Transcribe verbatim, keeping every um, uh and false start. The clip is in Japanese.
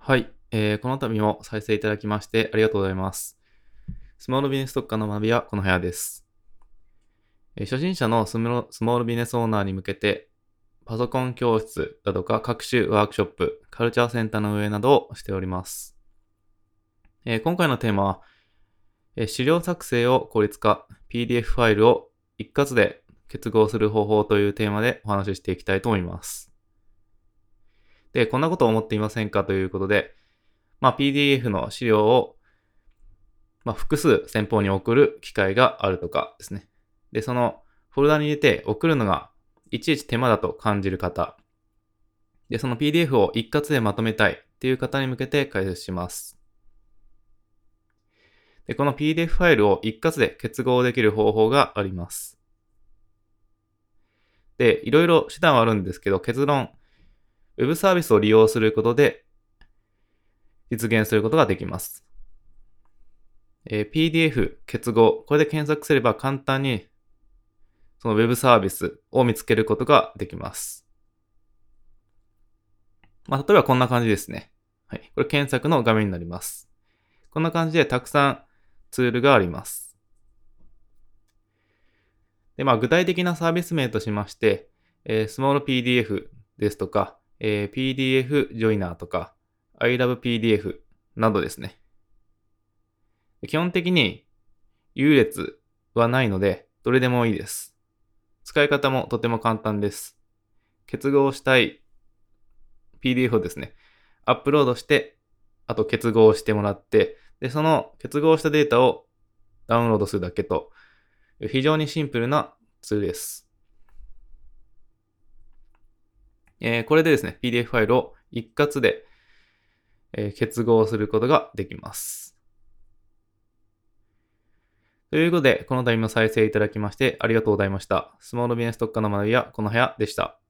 はい、えーこの度も再生いただきましてありがとうございます。スモールビジネス特化の学びはこの部屋です。えー初心者のスモールスモールビジネスオーナーに向けて、パソコン教室だとか各種ワークショップ、カルチャーセンターの運営などをしております。えー今回のテーマは、えー資料作成を効率化、ピーディーエフ ファイルを一括で結合する方法というテーマでお話ししていきたいと思います。で、こんなことを思っていませんかということで、まあ、ピーディーエフ の資料をまあ、複数先方に送る機会があるとかですね。で、そのフォルダに入れて送るのがいちいち手間だと感じる方。で、その ピーディーエフ を一括でまとめたいっていう方に向けて解説します。で、この ピーディーエフ ファイルを一括で結合できる方法があります。で、いろいろ手段はあるんですけど、結論、ウェブサービスを利用することで実現することができます。えー ピーディーエフ 結合、これで検索すれば簡単にそのウェブサービスを見つけることができます。まあ、例えばこんな感じですね。はい。これ検索の画面になります。こんな感じでたくさんツールがあります。で、まあ、具体的なサービス名としまして、えー、スモール ピーディーエフ ですとか、えー、ピーディーエフ ジョイナーとか、iLovePDF などですね。基本的に優劣はないので、どれでもいいです。使い方もとても簡単です。結合したい ピーディーエフ をですね、アップロードして、あと結合してもらって、で、その結合したデータをダウンロードするだけと、非常にシンプルなツールです。えーこれでですね、ピーディーエフ ファイルを一括で、えー結合することができます。ということで、この度も再生いただきましてありがとうございました。スモールビジネス特化の学びはこの部屋でした。